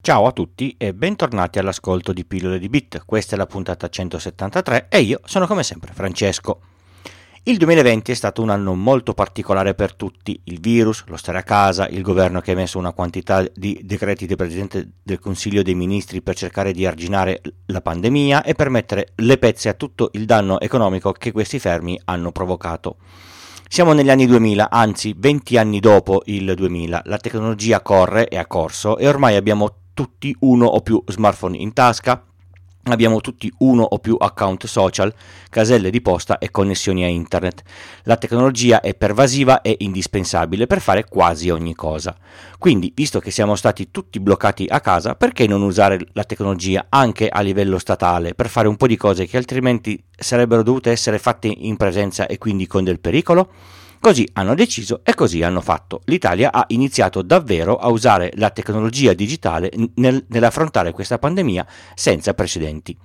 Ciao a tutti e bentornati all'ascolto di Pillole di Bit. Questa è la puntata 173 e io sono come sempre Francesco. Il 2020 è stato un anno molto particolare per tutti. Il virus, lo stare a casa, il governo che ha emesso una quantità di decreti del Presidente del Consiglio dei Ministri per cercare di arginare la pandemia e per mettere le pezze a tutto il danno economico che questi fermi hanno provocato. Siamo negli anni 2000, anzi 20 anni dopo il 2000. La tecnologia corre e ha corso e ormai abbiamo tutti uno o più smartphone in tasca, abbiamo tutti uno o più account social, caselle di posta e connessioni a internet. La tecnologia è pervasiva e indispensabile per fare quasi ogni cosa. Quindi, visto che siamo stati tutti bloccati a casa, perché non usare la tecnologia anche a livello statale per fare un po' di cose che altrimenti sarebbero dovute essere fatte in presenza e quindi con del pericolo? Così hanno deciso e così hanno fatto. L'Italia ha iniziato davvero a usare la tecnologia digitale nell'affrontare questa pandemia senza precedenti.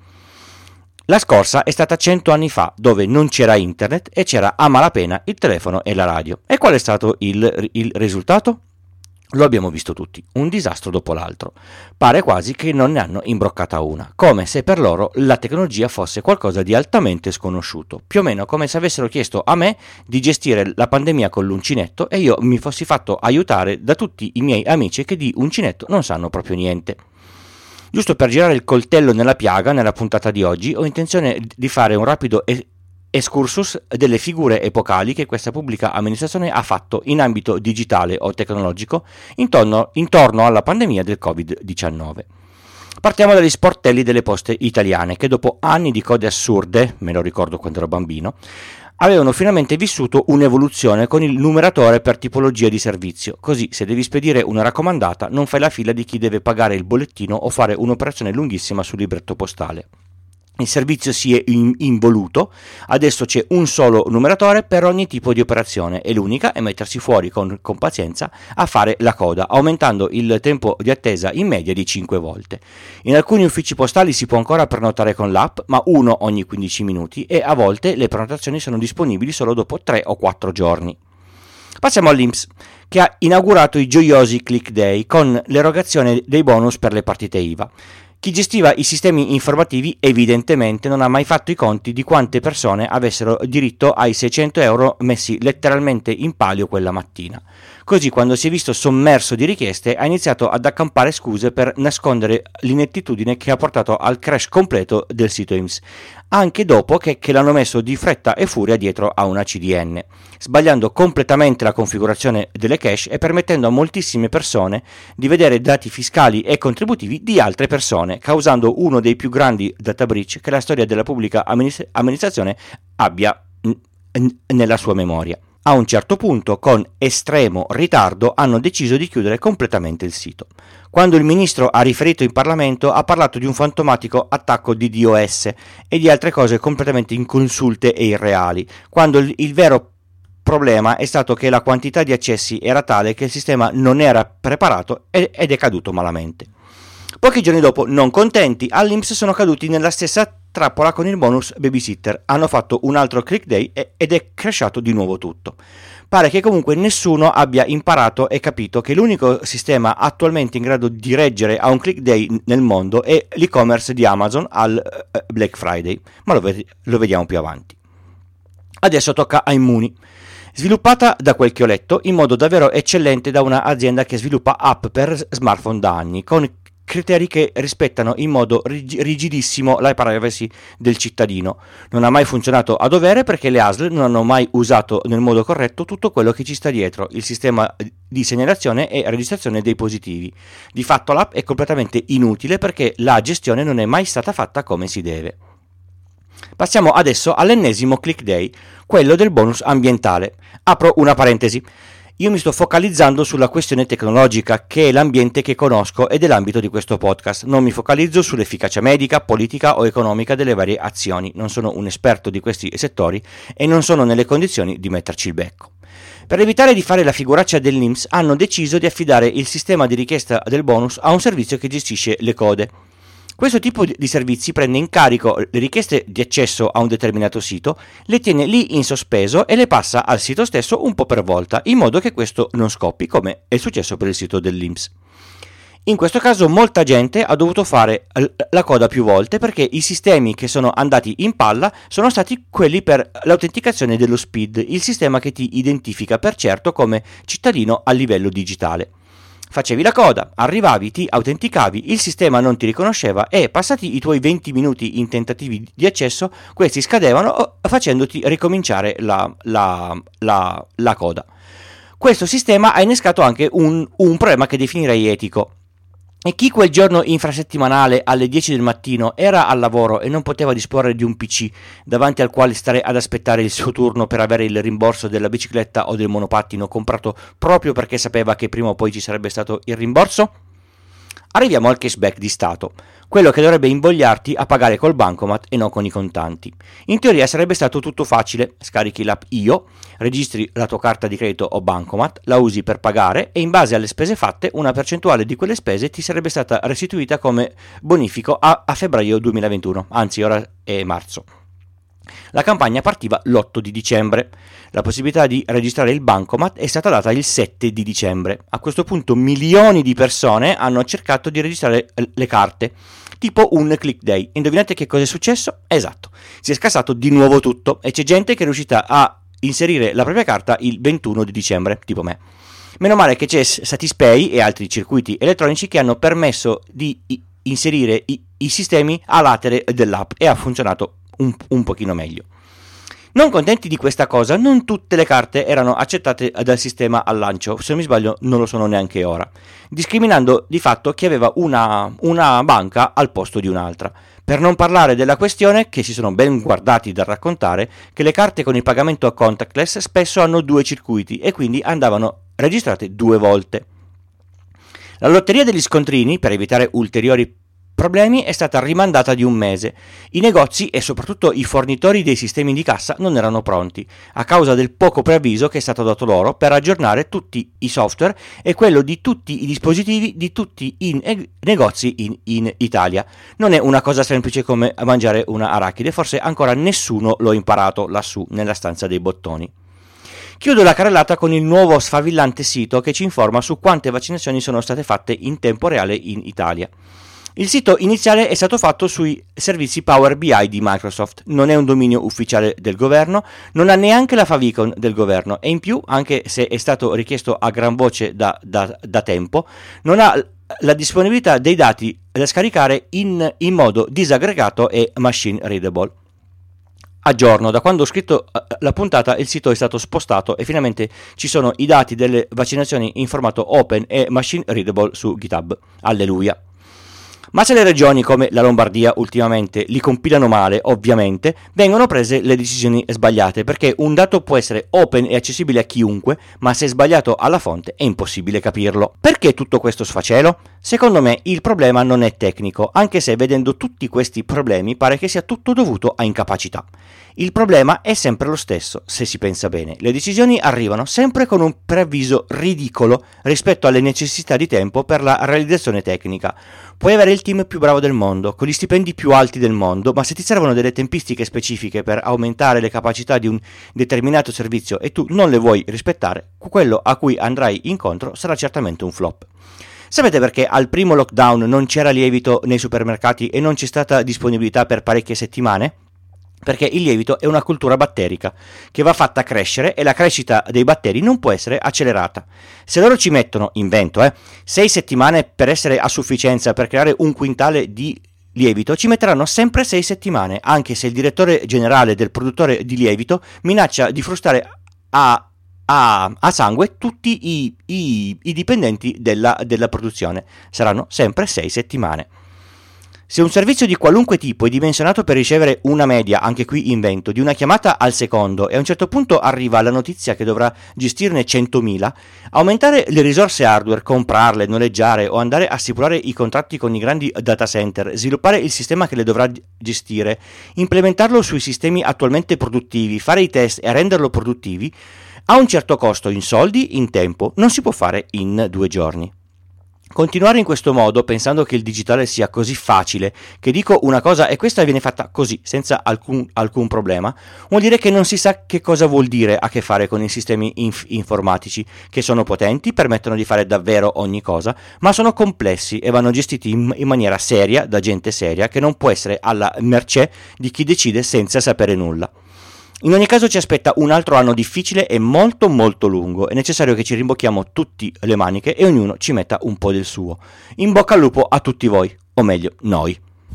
La scorsa è stata 100 anni fa, dove non c'era internet e c'era a malapena il telefono e la radio. E qual è stato il risultato? Lo abbiamo visto tutti, un disastro dopo l'altro. Pare quasi che non ne hanno imbroccata una, come se per loro la tecnologia fosse qualcosa di altamente sconosciuto, più o meno come se avessero chiesto a me di gestire la pandemia con l'uncinetto e io mi fossi fatto aiutare da tutti i miei amici che di uncinetto non sanno proprio niente. Giusto per girare il coltello nella piaga, nella puntata di oggi, ho intenzione di fare un rapido excursus delle figure epocali che questa pubblica amministrazione ha fatto in ambito digitale o tecnologico intorno alla pandemia del Covid-19. Partiamo dagli sportelli delle poste italiane che dopo anni di code assurde, me lo ricordo quando ero bambino, avevano finalmente vissuto un'evoluzione con il numeratore per tipologia di servizio, così se devi spedire una raccomandata non fai la fila di chi deve pagare il bollettino o fare un'operazione lunghissima sul libretto postale. Il servizio si è involuto, adesso c'è un solo numeratore per ogni tipo di operazione e l'unica è mettersi fuori con pazienza a fare la coda, aumentando il tempo di attesa in media di 5 volte. In alcuni uffici postali si può ancora prenotare con l'app, ma uno ogni 15 minuti e a volte le prenotazioni sono disponibili solo dopo 3 o 4 giorni. Passiamo all'INPS, che ha inaugurato i gioiosi Click Day con l'erogazione dei bonus per le partite IVA. Chi gestiva i sistemi informativi evidentemente non ha mai fatto i conti di quante persone avessero diritto ai 600 euro messi letteralmente in palio quella mattina. Così, quando si è visto sommerso di richieste, ha iniziato ad accampare scuse per nascondere l'inettitudine che ha portato al crash completo del sito INPS, anche dopo che l'hanno messo di fretta e furia dietro a una CDN, sbagliando completamente la configurazione delle cache e permettendo a moltissime persone di vedere dati fiscali e contributivi di altre persone, causando uno dei più grandi data breach che la storia della pubblica amministrazione abbia nella sua memoria. A un certo punto, con estremo ritardo, hanno deciso di chiudere completamente il sito. Quando il ministro ha riferito in Parlamento, ha parlato di un fantomatico attacco di DOS e di altre cose completamente inconsulte e irreali, quando il vero problema è stato che la quantità di accessi era tale che il sistema non era preparato ed è caduto malamente. Pochi giorni dopo, non contenti, all'INPS sono caduti nella stessa trappola con il bonus babysitter, hanno fatto un altro click day ed è crashato di nuovo tutto. Pare che comunque nessuno abbia imparato e capito che l'unico sistema attualmente in grado di reggere a un click day nel mondo è l'e-commerce di Amazon al Black Friday, ma lo vediamo più avanti. Adesso tocca a Immuni, sviluppata da quel che ho letto in modo davvero eccellente da un'azienda che sviluppa app per smartphone da anni, con criteri che rispettano in modo rigidissimo la privacy del cittadino. Non ha mai funzionato a dovere perché le ASL non hanno mai usato nel modo corretto tutto quello che ci sta dietro, il sistema di segnalazione e registrazione dei positivi. Di fatto l'app è completamente inutile perché la gestione non è mai stata fatta come si deve. Passiamo adesso all'ennesimo click day, quello del bonus ambientale. Apro una parentesi. Io mi sto focalizzando sulla questione tecnologica, che è l'ambiente che conosco ed è l'ambito di questo podcast. Non mi focalizzo sull'efficacia medica, politica o economica delle varie azioni. Non sono un esperto di questi settori e non sono nelle condizioni di metterci il becco. Per evitare di fare la figuraccia dell'INPS hanno deciso di affidare il sistema di richiesta del bonus a un servizio che gestisce le code. Questo tipo di servizi prende in carico le richieste di accesso a un determinato sito, le tiene lì in sospeso e le passa al sito stesso un po' per volta, in modo che questo non scoppi, come è successo per il sito dell'INPS. In questo caso molta gente ha dovuto fare la coda più volte perché i sistemi che sono andati in palla sono stati quelli per l'autenticazione dello SPID, il sistema che ti identifica per certo come cittadino a livello digitale. Facevi la coda, arrivavi, ti autenticavi, il sistema non ti riconosceva e passati i tuoi 20 minuti in tentativi di accesso, questi scadevano facendoti ricominciare la coda. Questo sistema ha innescato anche un problema che definirei etico. E chi quel giorno infrasettimanale alle 10 del mattino era al lavoro e non poteva disporre di un PC davanti al quale stare ad aspettare il suo turno per avere il rimborso della bicicletta o del monopattino comprato proprio perché sapeva che prima o poi ci sarebbe stato il rimborso? Arriviamo al cashback di Stato, quello che dovrebbe invogliarti a pagare col bancomat e non con i contanti. In teoria sarebbe stato tutto facile: scarichi l'app Io, registri la tua carta di credito o bancomat, la usi per pagare e in base alle spese fatte una percentuale di quelle spese ti sarebbe stata restituita come bonifico a febbraio 2021, anzi ora è marzo. La campagna partiva l'8 di dicembre. La possibilità di registrare il bancomat è stata data il 7 di dicembre. A questo punto milioni di persone hanno cercato di registrare le carte, tipo un click day. Indovinate che cosa è successo? Esatto, si è scassato di nuovo tutto e c'è gente che è riuscita a inserire la propria carta il 21 di dicembre, tipo me. Meno male che c'è Satispay e altri circuiti elettronici che hanno permesso di inserire i sistemi a latere dell'app e ha funzionato un pochino meglio. Non contenti di questa cosa, non tutte le carte erano accettate dal sistema al lancio, se non mi sbaglio non lo sono neanche ora, discriminando di fatto chi aveva una banca al posto di un'altra. Per non parlare della questione, che si sono ben guardati dal raccontare, che le carte con il pagamento a contactless spesso hanno 2 circuiti e quindi andavano registrate 2 volte. La lotteria degli scontrini, per evitare ulteriori problemi, è stata rimandata di un mese. I negozi e soprattutto i fornitori dei sistemi di cassa non erano pronti, a causa del poco preavviso che è stato dato loro per aggiornare tutti i software e quello di tutti i dispositivi di tutti i negozi in Italia. Non è una cosa semplice come mangiare una arachide, forse ancora nessuno l'ha imparato lassù nella stanza dei bottoni. Chiudo la carrellata con il nuovo sfavillante sito che ci informa su quante vaccinazioni sono state fatte in tempo reale in Italia. Il sito iniziale è stato fatto sui servizi Power BI di Microsoft, non è un dominio ufficiale del governo, non ha neanche la favicon del governo e in più, anche se è stato richiesto a gran voce da tempo, non ha la disponibilità dei dati da scaricare in modo disaggregato e machine readable. A giorno, da quando ho scritto la puntata, il sito è stato spostato e finalmente ci sono i dati delle vaccinazioni in formato open e machine readable su GitHub. Alleluia! Ma se le regioni come la Lombardia ultimamente li compilano male, ovviamente, vengono prese le decisioni sbagliate, perché un dato può essere open e accessibile a chiunque, ma se è sbagliato alla fonte è impossibile capirlo. Perché tutto questo sfacelo? Secondo me il problema non è tecnico, anche se vedendo tutti questi problemi pare che sia tutto dovuto a incapacità. Il problema è sempre lo stesso, se si pensa bene. Le decisioni arrivano sempre con un preavviso ridicolo rispetto alle necessità di tempo per la realizzazione tecnica. Puoi avere il team più bravo del mondo, con gli stipendi più alti del mondo, ma se ti servono delle tempistiche specifiche per aumentare le capacità di un determinato servizio e tu non le vuoi rispettare, quello a cui andrai incontro sarà certamente un flop. Sapete perché al primo lockdown non c'era lievito nei supermercati e non c'è stata disponibilità per parecchie settimane? Perché il lievito è una cultura batterica che va fatta crescere e la crescita dei batteri non può essere accelerata. Se loro ci mettono, invento, 6 settimane per essere a sufficienza per creare un quintale di lievito, ci metteranno sempre 6 settimane, anche se il direttore generale del produttore di lievito minaccia di frustare a sangue tutti i dipendenti della produzione. Saranno sempre 6 settimane. Se un servizio di qualunque tipo è dimensionato per ricevere una media, anche qui invento, di una chiamata al secondo e a un certo punto arriva la notizia che dovrà gestirne 100.000, aumentare le risorse hardware, comprarle, noleggiare o andare a stipulare i contratti con i grandi data center, sviluppare il sistema che le dovrà gestire, implementarlo sui sistemi attualmente produttivi, fare i test e renderlo produttivi, ha un certo costo in soldi, in tempo, non si può fare in 2 giorni. Continuare in questo modo, pensando che il digitale sia così facile, che dico una cosa e questa viene fatta così, senza alcun problema, vuol dire che non si sa che cosa vuol dire a che fare con i sistemi informatici, che sono potenti, permettono di fare davvero ogni cosa, ma sono complessi e vanno gestiti in maniera seria, da gente seria, che non può essere alla mercé di chi decide senza sapere nulla. In ogni caso ci aspetta un altro anno difficile e molto molto lungo, è necessario che ci rimbocchiamo tutti le maniche e ognuno ci metta un po' del suo. In bocca al lupo a tutti voi, o meglio, noi.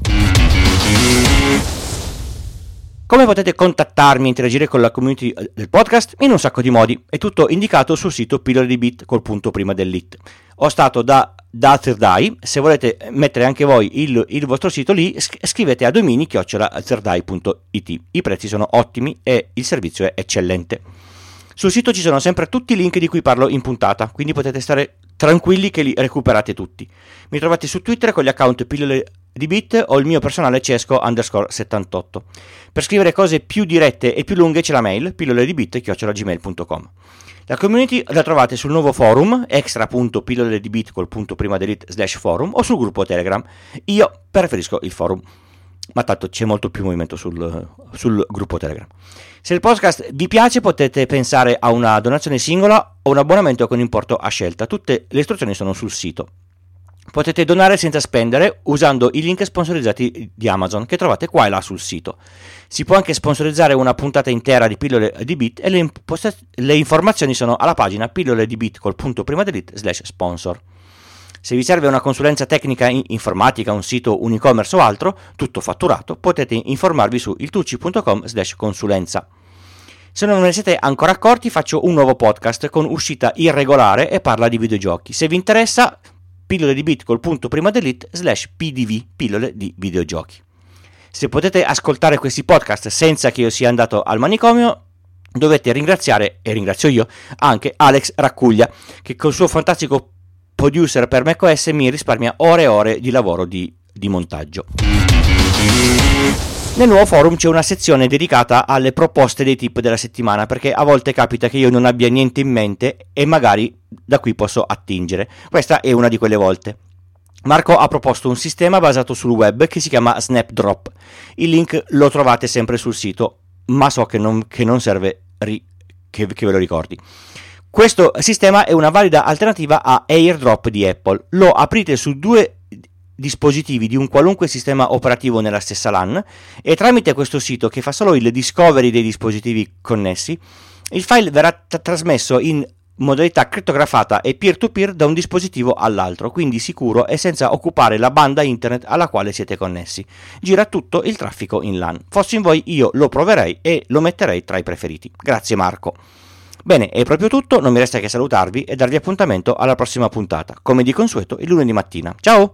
Come potete contattarmi e interagire con la community del podcast? In un sacco di modi, è tutto indicato sul sito Pillole di Bit col punto prima dell'it. Ho stato da Third Eye, se volete mettere anche voi il vostro sito lì, scrivete a domini@thirdeye.it. I prezzi sono ottimi e il servizio è eccellente. Sul sito ci sono sempre tutti i link di cui parlo in puntata, quindi potete stare tranquilli che li recuperate tutti. Mi trovate su Twitter con gli account Pillole di Bit o il mio personale Cesco_78. Per scrivere cose più dirette e più lunghe c'è la mail pilloledibit@gmail.com. La community la trovate sul nuovo forum extra.pilloledibit col punto prima dell'it/forum o sul gruppo Telegram. Io preferisco il forum, ma tanto c'è molto più movimento sul gruppo Telegram. Se il podcast vi piace potete pensare a una donazione singola o un abbonamento con importo a scelta. Tutte le istruzioni sono sul sito. Potete donare senza spendere usando i link sponsorizzati di Amazon che trovate qua e là sul sito. Si può anche sponsorizzare una puntata intera di Pillole di Bit e le informazioni sono alla pagina Pillole di Bit col punto prima dell'it/sponsor. Se vi serve una consulenza tecnica informatica, un sito, un e-commerce o altro, tutto fatturato, potete informarvi su iltucci.com/consulenza. Se non ve ne siete ancora accorti, faccio un nuovo podcast con uscita irregolare e parla di videogiochi. Se vi interessa, Pillole di Bit col punto prima dell'it/pdv, pillole di videogiochi. Se potete ascoltare questi podcast senza che io sia andato al manicomio, dovete ringraziare, e ringrazio io, anche Alex Raccuglia, che col suo fantastico producer per macOS mi risparmia ore e ore di lavoro di montaggio. Nel nuovo forum c'è una sezione dedicata alle proposte dei tip della settimana, perché a volte capita che io non abbia niente in mente e magari da qui posso attingere. Questa è una di quelle volte. Marco ha proposto un sistema basato sul web che si chiama Snapdrop. Il link lo trovate sempre sul sito, ma so che non serve che ve lo ricordi. Questo sistema è una valida alternativa a AirDrop di Apple. Lo aprite su due dispositivi di un qualunque sistema operativo nella stessa LAN e tramite questo sito, che fa solo il discovery dei dispositivi connessi, il file verrà trasmesso in modalità crittografata e peer-to-peer da un dispositivo all'altro, quindi sicuro e senza occupare la banda internet alla quale siete connessi. Gira tutto il traffico in LAN. Fossi in voi io lo proverei e lo metterei tra i preferiti. Grazie Marco. Bene, è proprio tutto, non mi resta che salutarvi e darvi appuntamento alla prossima puntata, come di consueto il lunedì mattina. Ciao!